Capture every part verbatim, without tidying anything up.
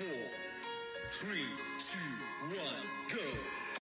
four, three, two, one, go!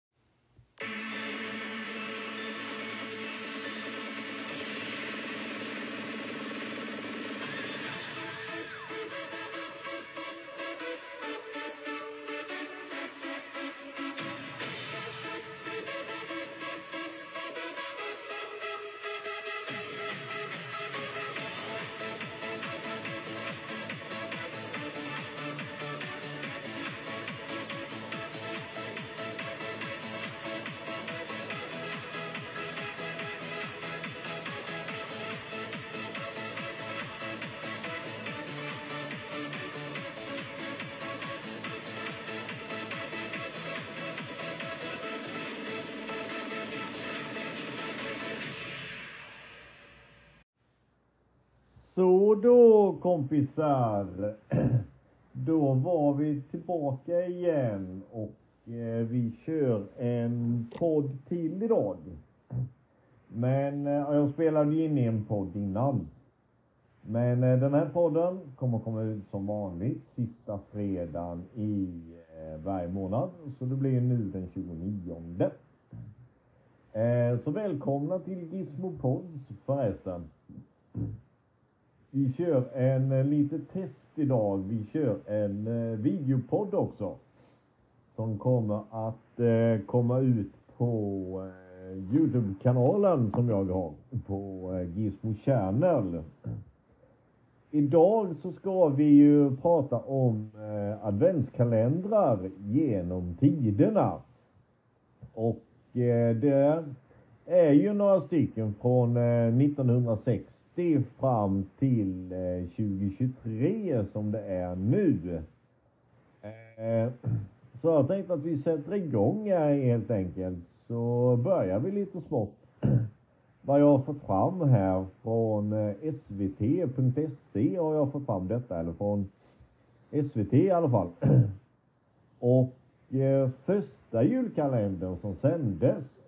Så då kompisar, då var vi tillbaka igen och eh, vi kör en podd till idag. Men eh, jag spelade ju in i en podd innan. Men eh, den här podden kommer komma ut som vanligt sista fredagen i eh, varje månad. Så det blir nu den tjugonionde. Eh, så välkomna till Gizmo Pods förresten. Vi kör en eh, lite test idag. Vi kör en eh, videopodd också. Som kommer att eh, komma ut på eh, YouTube-kanalen som jag har. På eh, Gizmo Channel. Idag så ska vi ju prata om eh, adventskalendrar genom tiderna. Och eh, det är ju några stycken från eh, nittonhundrasextio fram till eh, tjugohundratjugotre som det är nu. Eh, så jag tänkte att vi sätter igång här helt enkelt. Så börjar vi lite smått. Vad jag har fått fram här från eh, S V T punkt se har jag fått fram detta. Eller från S V T i alla fall. Och eh, första julkalendern som sändes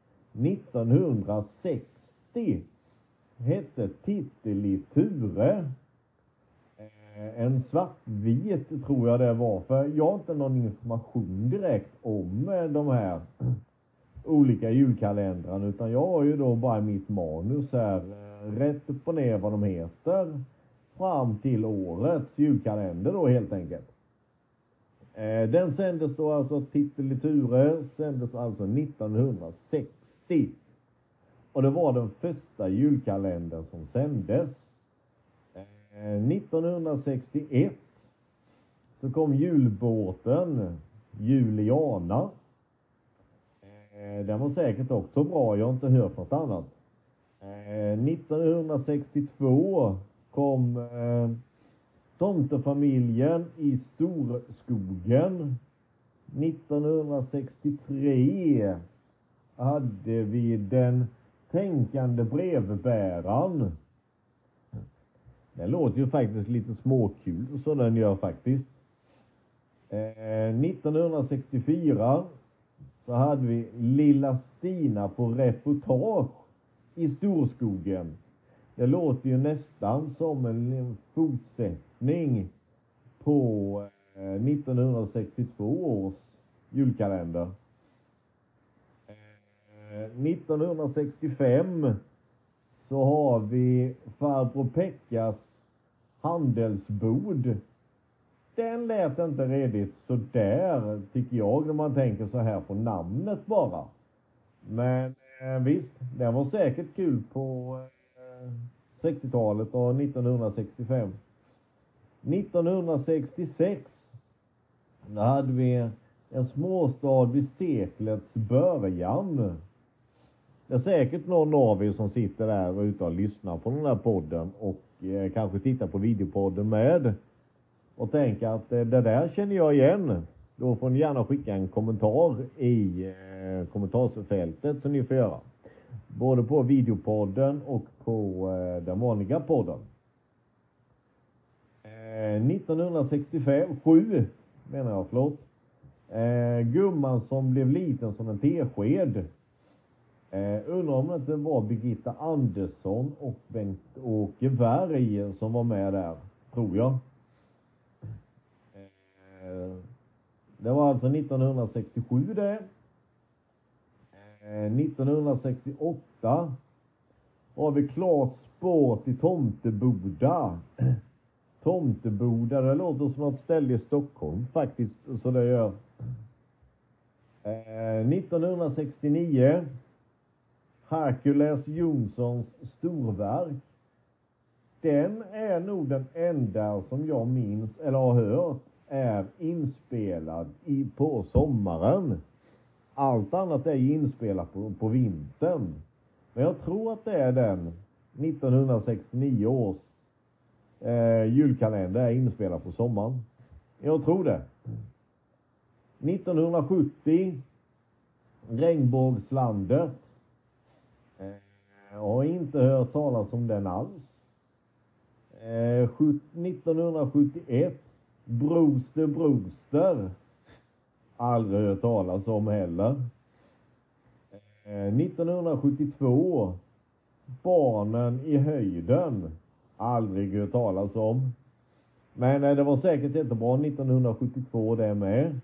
nittonhundrasextio hette Titteliture. Eh, en svartvit tror jag det var. För jag har inte någon information direkt om eh, de här olika julkalendrarna. Utan jag har ju då bara mitt manus här. Eh, rätt upp och ner vad de heter. Fram till årets julkalender då helt enkelt. Eh, den sändes då alltså Titteliture. Sändes alltså nittonhundrasextio. Och det var den första julkalendern som sändes. Eh, nittonhundrasextioett så kom julbåten Juliana. Eh, den var säkert också bra, jag har inte hört något annat. Eh, nittonhundrasextiotvå kom eh, Tomtefamiljen i Storskogen. nittonhundrasextiotre hade vi den tänkande brevbäraren. Det låter ju faktiskt lite småkul så den gör faktiskt. Eh, nittonhundrasextiofyra så hade vi Lilla Stina på reportage i Storskogen. Det låter ju nästan som en fortsättning på eh, nittonhundrasextiotvå års julkalender. nittonhundrasextiofem så har vi Farbror Pekkas handelsbod. Den lät inte redigt så där tycker jag när man tänker så här på namnet bara. Men eh, visst, den var säkert kul på eh, sextiotalet och nittonhundrasextiofem. nittonhundrasextiosex då hade vi en småstad vid seklets början. Det är säkert någon av er som sitter där och ute och lyssnar på den här podden och eh, kanske tittar på videopodden med och tänker att eh, det där känner jag igen. Då får ni gärna skicka en kommentar i eh, kommentarsfältet som ni får göra. Både på videopodden och på eh, den vanliga podden. Eh, nittonhundrasextiofem, sju menar jag, förlåt. Eh, gumman som blev liten som en tesked. Eh, undrar om det inte var Birgitta Andersson och Bengt-Åke Berg som var med där, tror jag. Eh, Det var alltså nittonhundrasextiosju det. Eh, nittonhundrasextioåtta har vi klart sport i Tomteboda. Tomteboda, det låter som ett ställe i Stockholm faktiskt, så det gör. Eh, nittonhundrasextionio, Hercules Johnsons storverk. Den är nog den enda som jag minns eller har hört är inspelad i, på sommaren. Allt annat är inspelat på, på vintern. Men jag tror att det är den nittonhundrasextionio års eh, julkalender är inspelad på sommaren. Jag tror det. nittonhundrasjuttio, Regnbågslandet. Eh, jag har inte hört talas om den alls. Eh, nittonhundrasjuttioett, Brewster Brewster. Aldrig hört talas om heller. Eh, nittonhundrasjuttiotvå, Barnen i höjden. Aldrig hört talas om. Men eh, det var säkert jättebra nittonhundrasjuttiotvå det med.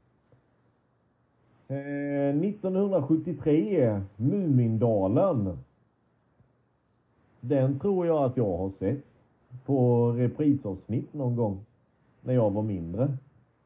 Eh, nittonhundrasjuttiotre, Mumindalen. Den tror jag att jag har sett på reprisavsnitt någon gång när jag var mindre.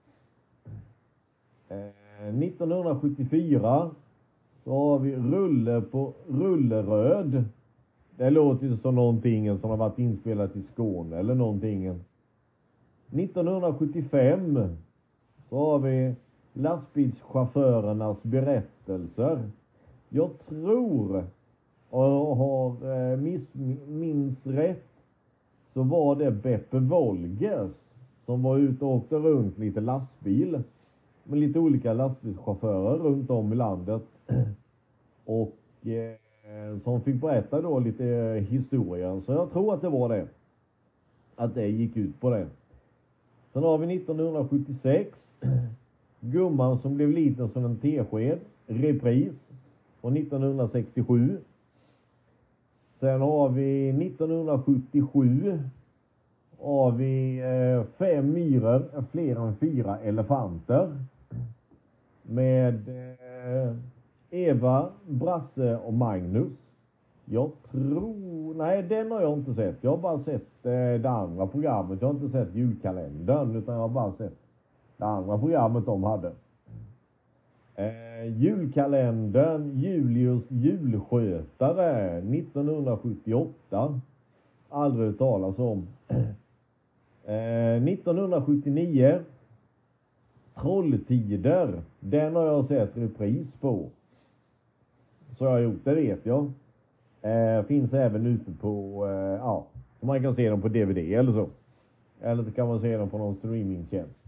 Eh, nittonhundrasjuttiofyra så har vi Rulle på Rulleröd. Det låter ju som någonting som har varit inspelat i Skåne eller någonting. nittonhundrasjuttiofem så har vi Lastbilschaufförernas berättelser. Jag tror och har eh, miss, minns rätt så var det Beppe Wolgers som var ute och åkte runt lite lastbil med lite olika lastbilschaufförer runt om i landet och eh, som fick berätta då lite eh, historia. Så jag tror att det var det. Att det gick ut på det. Sen har vi nittonhundrasjuttiosex, Gumman som blev liten som en tesked, repris från nittonhundrasextiosju. Sen har vi nittonhundrasjuttiosju har vi eh, Fem myror, fler än fyra elefanter. Med eh, Eva, Brasse och Magnus. Jag tror... Nej, den har jag inte sett. Jag har bara sett eh, det andra programmet. Jag har inte sett julkalendern, utan jag har bara sett det andra programmet de hade. Eh, julkalendern Julius julskötare nittonhundrasjuttioåtta. Aldrig talas om. Eh, nittonhundrasjuttionio Trolltider. Den har jag sett repris på. Så jag har gjort, det vet jag. Eh, finns även ute på, eh, ja, man kan se dem på D V D eller så. Eller så kan man se dem på någon streamingtjänst.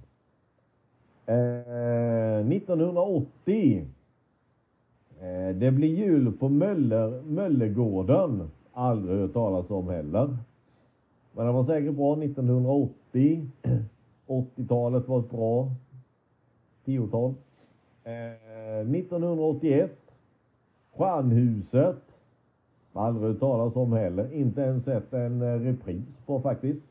Eh, nittonhundraåttio. Eh, det blir jul på Möller, Möllergården. Aldrig hört talas om heller. Men det var säkert bra nittonhundraåttio. åttiotalet var ett bra tiotal. Eh, nittonhundraåttioett. Stjärnhuset. Aldrig hört talas om heller. Inte ens sett en eh, repris på faktiskt.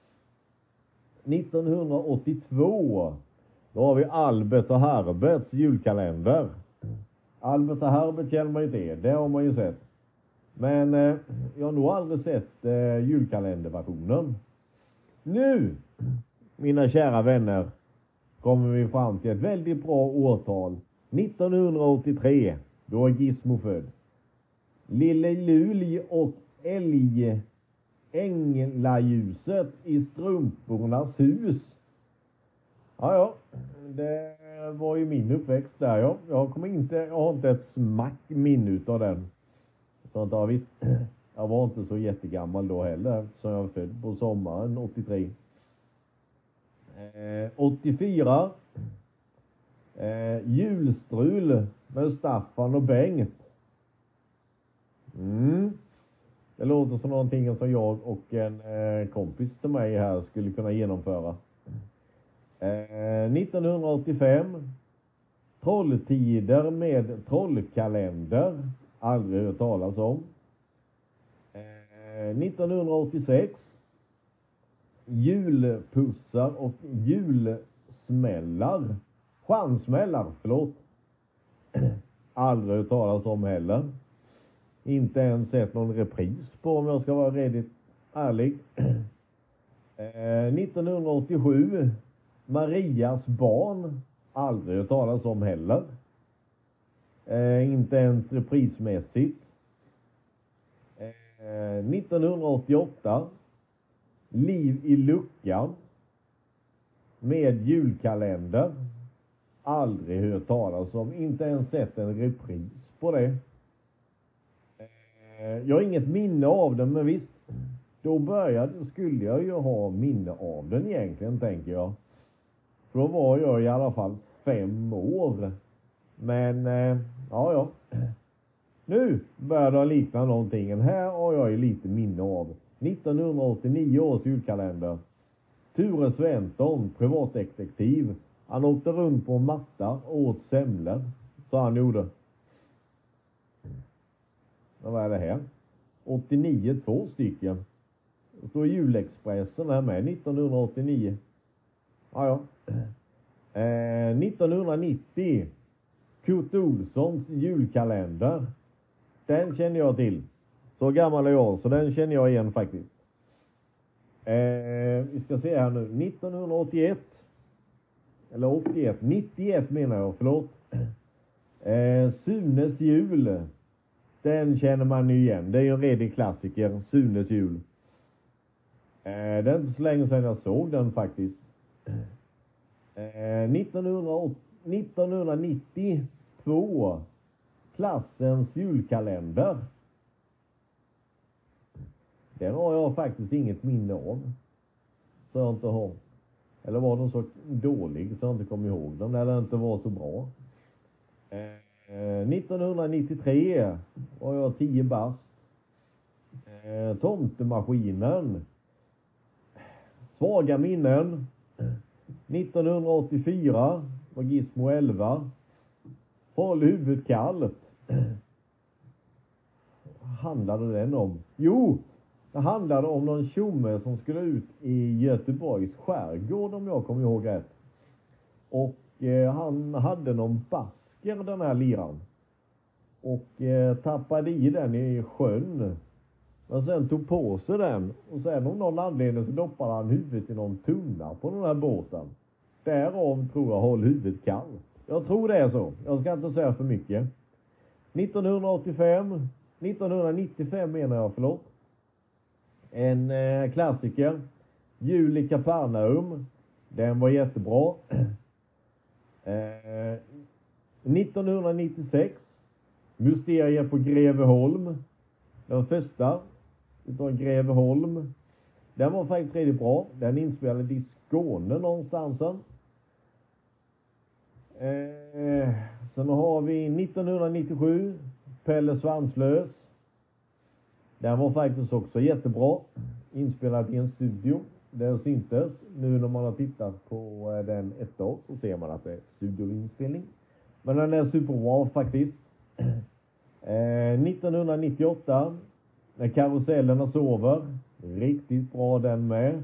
nittonhundraåttiotvå. Då har vi Albert och Herberts julkalender. Albert och Herbert känner man ju det. Det har man ju sett. Men eh, jag har nog aldrig sett eh, julkalenderversionen. Nu, mina kära vänner, kommer vi fram till ett väldigt bra årtal. nittonhundraåttiotre. Då är Gizmo född. Lille Luli och älg Änglaljuset i strumpornas hus. Ja, ja. Det var ju min uppväxt där, ja. Jag kommer inte, jag har inte ett smack minne utav den. Så ja, visst, jag var inte så jättegammal då heller. Så jag var född på sommaren åttiotre. Eh, åttiofyra. Eh, julstrul med Staffan och Bengt. Mm. Det låter som någonting som jag och en eh, kompis till mig här skulle kunna genomföra. Eh, nittonhundraåttiofem. Trolltider med trollkalender. Aldrig hört talas om. Eh, nittonhundraåttiosex. Julpussar och julsmällar. Chansmällar, förlåt. Aldrig hört talas om heller. Inte ens sett någon repris på, om jag ska vara redigt ärlig. eh, nittonhundraåttiosju, Marias barn. Aldrig hört talas om heller. Eh, inte ens reprismässigt. Eh, nittonhundraåttioåtta, Liv i luckan. Med julkalender. Aldrig hört talas om. Inte ens sett en repris på det. Eh, jag har inget minne av den, men visst. Då började, skulle jag ju ha minne av den egentligen, tänker jag. För då var jag i alla fall fem år. Men, eh, ja ja. Nu börjar det likna någonting. Här har jag ju lite minne av. nittonhundraåttionio års julkalender. Ture Sventon, privatdetektiv. Han åkte runt på en matta och åt semlor. Så han gjorde. Vad är det här? åttionio, två stycken. Det står Julexpressen här med, nittonhundraåttionio. Ja, ja. Eh, nittonhundranittio. Kurt Olssons julkalender. Den känner jag till. Så gammal är jag, så den känner jag igen faktiskt. Eh, vi ska se här nu. nittonhundraåttioett. Eller åttioett. nittioett menar jag, förlåt. Eh, Sunes jul. Den känner man ju igen. Det är ju en redig klassiker. Sunes jul. Eh, det är inte så länge sedan jag såg den faktiskt. Eh, nittonhundranittiotvå. Klassens julkalender. Den har jag faktiskt inget minne av. Så jag inte har. Eller var den så dålig så jag inte kommer ihåg den. Eller inte var så bra. Eh, nittonhundranittiotre var jag tio bast. Eh, Tomtemaskinen. Svaga minnen. nittonhundraåttiofyra var Gizmo elva. Håll huvudet kallt. Handlade den om? Jo! Det handlade om någon tjomme som skulle ut i Göteborgs skärgård, om jag kommer ihåg rätt. Och eh, han hade någon basker, den här liran. Och eh, tappade i den i sjön. Men sen tog på sig den. Och sen om någon anledning så doppade han huvudet i någon tunna på den här båten. Därav tror jag håll huvudet kallt. Jag tror det är så. Jag ska inte säga för mycket. nittonhundraåttiofem. nittonhundranittiofem menar jag, förlåt. En eh, klassiker. Jul i Kapernaum. Den var jättebra. eh, nittonhundranittiosex. Mysterier på Greveholm. Den första utav Greveholm. Den var faktiskt riktigt bra. Den inspelades i Skåne någonstans. Eh, sen har vi nittonhundranittiosju. Pelle Svanslös. Den var faktiskt också jättebra. Inspelad i en studio. Den syntes. Nu när man har tittat på den ett dag så ser man att det är studioinspelning. Men den är superbra faktiskt. Eh, nittonhundranittioåtta. När karusellerna sover. Riktigt bra den med.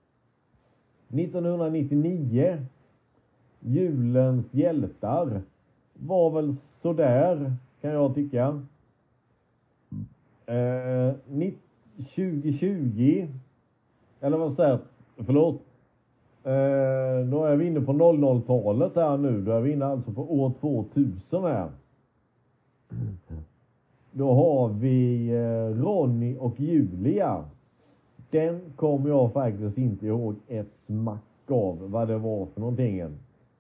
nittonhundranittionio. Julens hjältar. Var väl sådär kan jag tycka. Eh, tjugo tjugo. Eller vad säger jag? Förlåt. Eh, då är vi inne på noll noll-talet här nu. Då är vi inne alltså på år tvåtusen här. Då har vi eh, Ronny och Julia. Den kommer jag faktiskt inte ihåg ett smack av vad det var för någonting. Eh,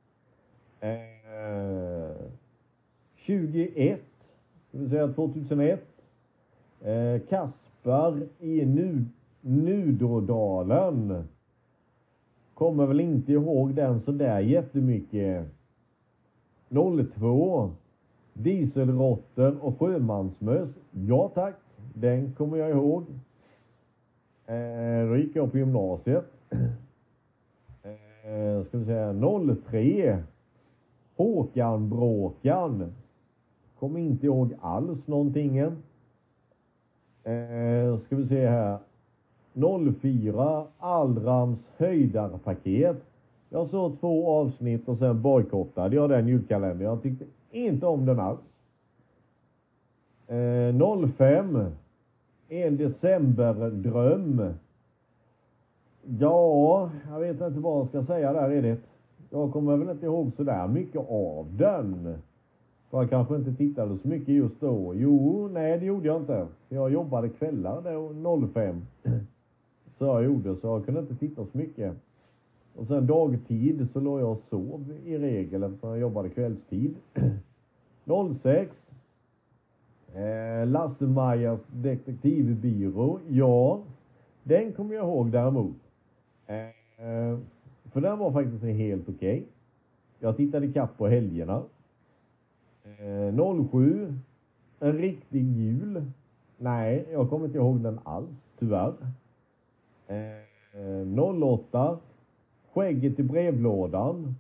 tjugoett. Det vill säga tvåtusenett. Eh, Kaspar i nu, Nudodalen. Kommer väl inte ihåg den så där jättemycket. noll två. Dieselrotter och sjömansmöss. Ja tack. Den kommer jag ihåg. Eh, då gick jag på gymnasiet. Eh, ska vi säga noll tre. Håkan Bråkan. Kommer inte ihåg alls någonting. Eh, ska vi se här. noll fyra. Allrams höjdarpaket. Jag såg två avsnitt och sen bojkottade jag den julkalendern. Jag tyckte inte om den alls. Eh, noll fem. En decemberdröm. Ja, jag vet inte vad jag ska säga där Edith. Jag kommer väl inte ihåg så där mycket av den. För jag kanske inte tittade så mycket just då. Jo, nej det gjorde jag inte. Jag jobbade kvällar då, noll fem. Så jag gjorde, så jag kunde inte titta så mycket. Och sen dagtid så låg jag och sov i regel eftersom jag jobbade kvällstid. noll sex. Eh, Lasse-Majas detektivbyrå. Ja, den kommer jag ihåg däremot. Eh, för den var faktiskt helt okej. Okay. Jag tittade ikapp på helgerna. Eh, noll sju. En riktig jul. Nej, jag kommer inte ihåg den alls, tyvärr. Eh, noll åtta. Skägget i brevlådan.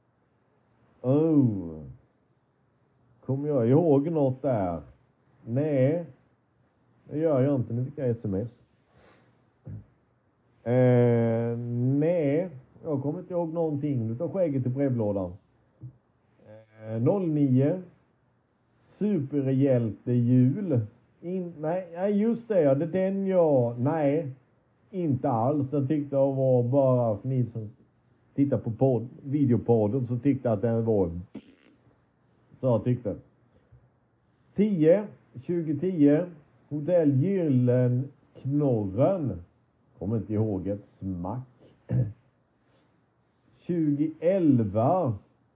Oh. Kommer jag ihåg något där? Nej. Det gör jag inte. Nu fick jag sms. Eh, nej. Jag kommer inte ihåg någonting utav skägget i brevlådan. Eh, noll nio. Superhjältejul. In, nej, just det. Ja, det är den jag... Nej. Inte alls. Jag tyckte det var bara för ni som tittar på podd, videopodden så tyckte att den var... Så jag tyckte. tio. tjugo tio. Hotell Gyllenknorren. Kommer inte ihåg ett smack. tjugo elva.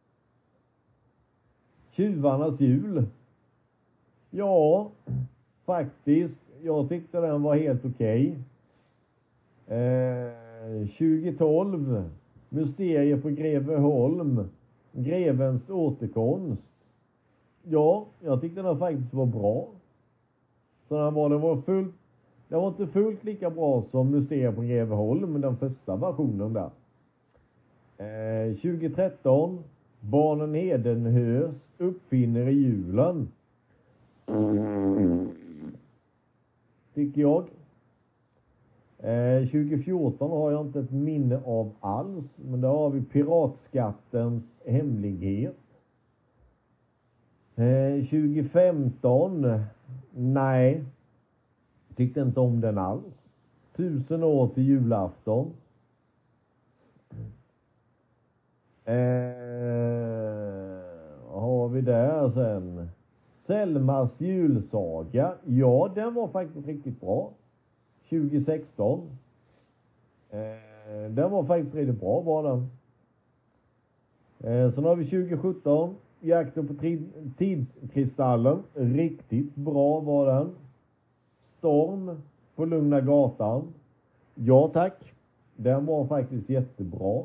Tjuvarnas jul. Ja, faktiskt. Jag tyckte den var helt okej. Eh, tjugo tolv. Mysterier på Greveholm. Grevens återkomst. Ja, jag tyckte den faktiskt var bra. Så den var, den var fullt, den var inte fullt lika bra som Mysterier på Greveholm, men den första versionen där. Eh, tjugo tretton. Barnen Hedenhös uppfinner i julen. Tycker jag. Eh, tjugo fjorton har jag inte ett minne av alls. Men där har vi Piratskattens hemlighet. Eh, tjugo femton. Nej. Tyckte inte om den alls. Tusen år till julafton. Eh, vad har vi där sen? Selmas julsaga. Ja, den var faktiskt riktigt bra. tjugo sexton. Eh, den var faktiskt riktigt bra, var den. Eh, sen har vi tjugo sjutton. Jakten på tidskristallen. Riktigt bra var den. Storm på Lugna gatan. Ja tack. Den var faktiskt jättebra.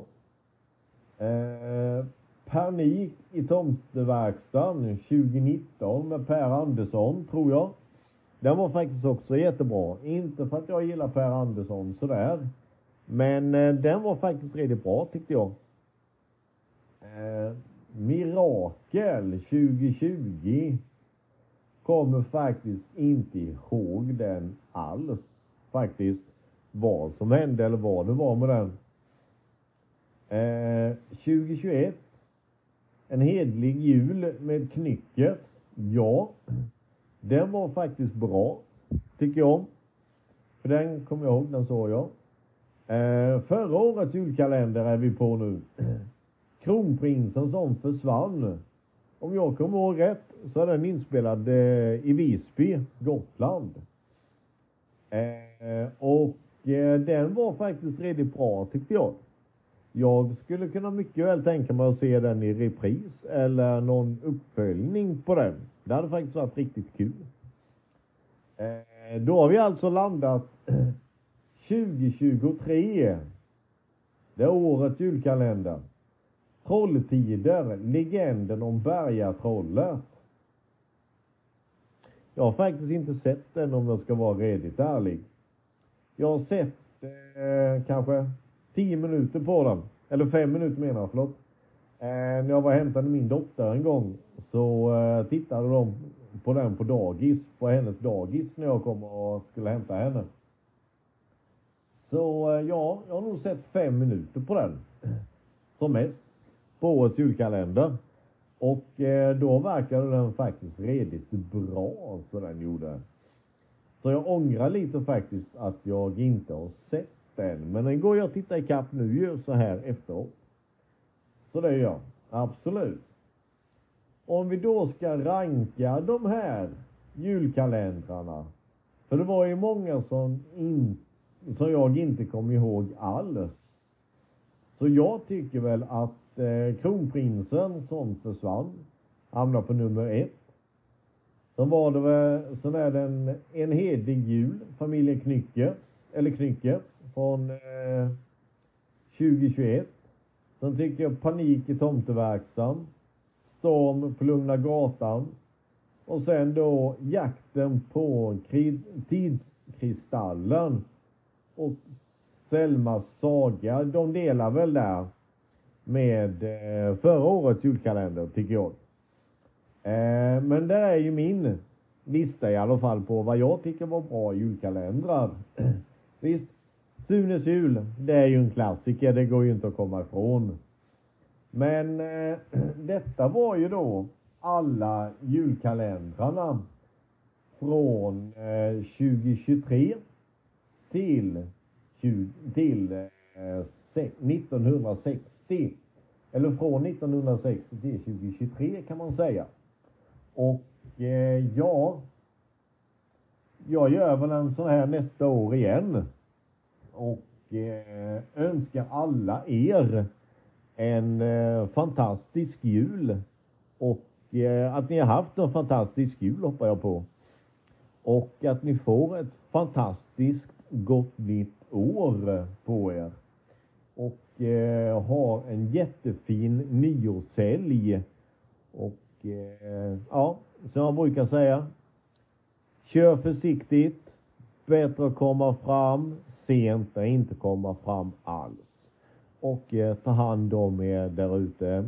Eh, Panik i Tomteverkstan tjugo nitton med Per Andersson, tror jag. Den var faktiskt också jättebra. Inte för att jag gillar Per Andersson sådär. Men eh, den var faktiskt riktigt bra, tyckte jag. Eh, Mirakel tjugo tjugo. Kommer faktiskt inte ihåg den alls. Faktiskt vad som hände eller vad det var med den. Eh, tjugo tjugoett. En hedlig jul med Knyckets. Ja. Den var faktiskt bra. Tycker jag om. För den kommer jag ihåg, den såg jag. Eh, förra årets julkalender är vi på nu. Kronprinsen som försvann. Om jag kommer ihåg rätt så är den inspelad eh, i Visby, Gotland. Eh, och eh, den var faktiskt riktigt bra, tyckte jag. Jag skulle kunna mycket väl tänka mig att se den i repris eller någon uppföljning på den. Det hade faktiskt varit riktigt kul. Eh, då har vi alltså landat tjugo tjugotre. Det är årets julkalender. Trolltider, legenden om Bergatrollet. Jag har faktiskt inte sett den om jag ska vara redigt ärlig. Jag har sett eh, kanske tio minuter på den. Eller fem minuter menar jag, förlåt. Eh, när jag var och hämtade min dotter en gång så eh, tittade de på den på dagis. På hennes dagis när jag kom och skulle hämta henne. Så eh, ja, jag har nog sett fem minuter på den. som mest på årets julkalender. Och eh, då verkade den faktiskt redigt bra så den gjorde. Så jag ångrar lite faktiskt att jag inte har sett den. Men den går jag att titta i kapp nu ju så här efteråt. Så det gör jag. Absolut. Om vi då ska ranka de här julkalendrarna. För det var ju många som, in, som jag inte kom ihåg alls. Så jag tycker väl att eh, Kronprinsen som försvann hamnar på nummer ett. Sen var det väl, sen är det en, en hedig jul, familjen Knyckets, eller Knyckets från eh, tjugohundratjugoett. Sen tycker jag Panik i tomteverkstan, Storm på Lugna gatan och sen då Jakten på tidskristallen och Selmas saga. De delar väl där med eh, förra årets julkalender tycker jag. Eh, men det är ju min lista i alla fall på vad jag tycker var bra julkalendrar. Visst, Sunes jul, det är ju en klassiker, det går ju inte att komma ifrån. Men eh, detta var ju då alla julkalendrarna från eh, tjugohundratjugotre till, tjugo, till eh, nittonhundrasextio. Eller från nittonhundrasextio till tjugohundratjugotre kan man säga. Och eh, ja, jag gör väl en sån här nästa år igen. Och eh, önskar alla er en eh, fantastisk jul. Och eh, att ni har haft en fantastisk jul hoppas jag på. Och att ni får ett fantastiskt gott nytt år på er. Och eh, har en jättefin nyårshelg. Och eh, ja, som jag brukar säga. Kör försiktigt. Bättre att komma fram sent än inte komma fram alls. Och eh, ta hand om er där ute.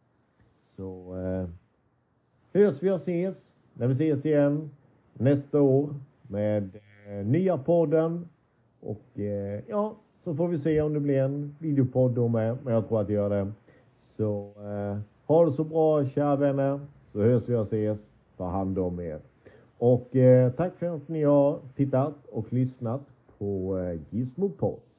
Så eh, hörs vi och ses när vi ses igen nästa år med eh, nya podden. Och eh, ja, så får vi se om det blir en videopodd då med. Men jag tror att det gör det. Så eh, ha det så bra kära vänner. Så hörs vi och ses. Ta hand om er. Och eh, tack för att ni har tittat och lyssnat på eh, Gizmo Podd.